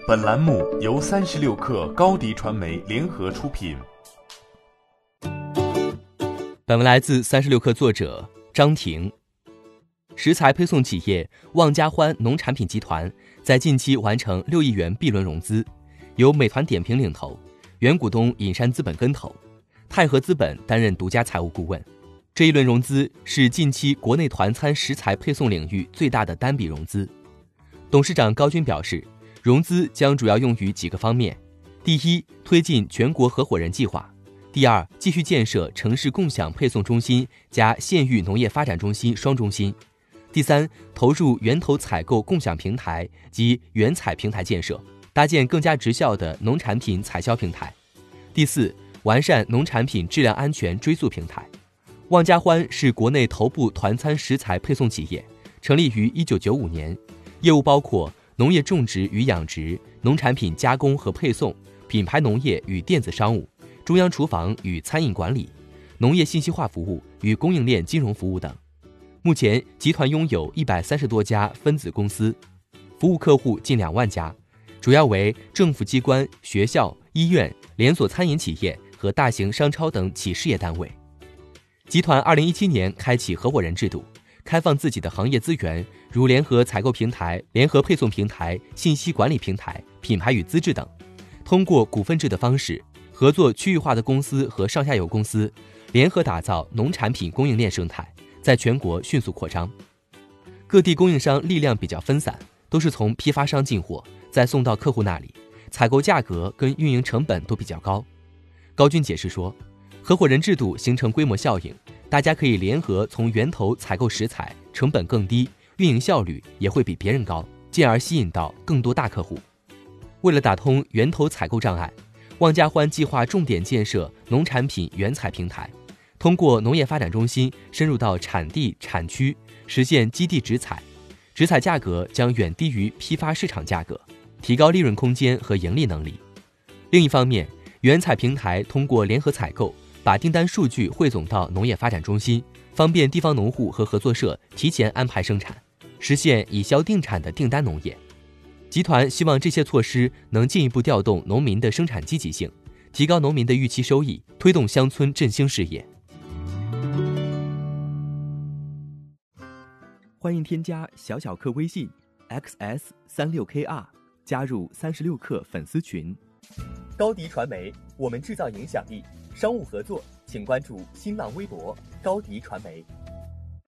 本栏目由36氪高迪传媒联合出品。 本文来自36氪作者张婷。食材配送企业旺家欢农产品集团在近期完成6亿元 B 轮融资，由美团点评领投，原股东隐山资本跟投，泰和资本担任独家财务顾问。这一轮融资是近期国内团餐食材配送领域最大的单笔融资。董事长高军表示，融资将主要用于几个方面：第一，推进全国合伙人计划；第二，继续建设城市共享配送中心加县域农业发展中心双中心；第三，投入源头采购共享平台及原采平台建设，搭建更加直效的农产品采销平台；第四，完善农产品质量安全追溯平台。旺家欢是国内头部团餐食材配送企业，成立于1995年，业务包括农业种植与养殖、农产品加工和配送、品牌农业与电子商务、中央厨房与餐饮管理、农业信息化服务与供应链金融服务等。目前集团拥有130多家分子公司，服务客户近2万家，主要为政府机关、学校、医院、连锁餐饮企业和大型商超等企事业单位。集团2017年开启合伙人制度，开放自己的行业资源，如联合采购平台、联合配送平台、信息管理平台、品牌与资质等，通过股份制的方式，合作区域化的公司和上下游公司，联合打造农产品供应链生态，在全国迅速扩张。各地供应商力量比较分散，都是从批发商进货，再送到客户那里，采购价格跟运营成本都比较高。高军解释说，合伙人制度形成规模效应，大家可以联合从源头采购食材，成本更低，运营效率也会比别人高，进而吸引到更多大客户。为了打通源头采购障碍，旺家欢计划重点建设农产品原采平台，通过农业发展中心深入到产地产区，实现基地直采，直采价格将远低于批发市场价格，提高利润空间和盈利能力。另一方面，原采平台通过联合采购，把订单数据汇总到农业发展中心，方便地方农户和合作社提前安排生产，实现以销定产的订单农业。集团希望这些措施能进一步调动农民的生产积极性，提高农民的预期收益，推动乡村振兴事业。 欢迎添加小小客微信 xs36kr， 加入36氪粉丝群。 高迪传媒，我们制造影响力。商务合作请关注新浪微博高迪传媒。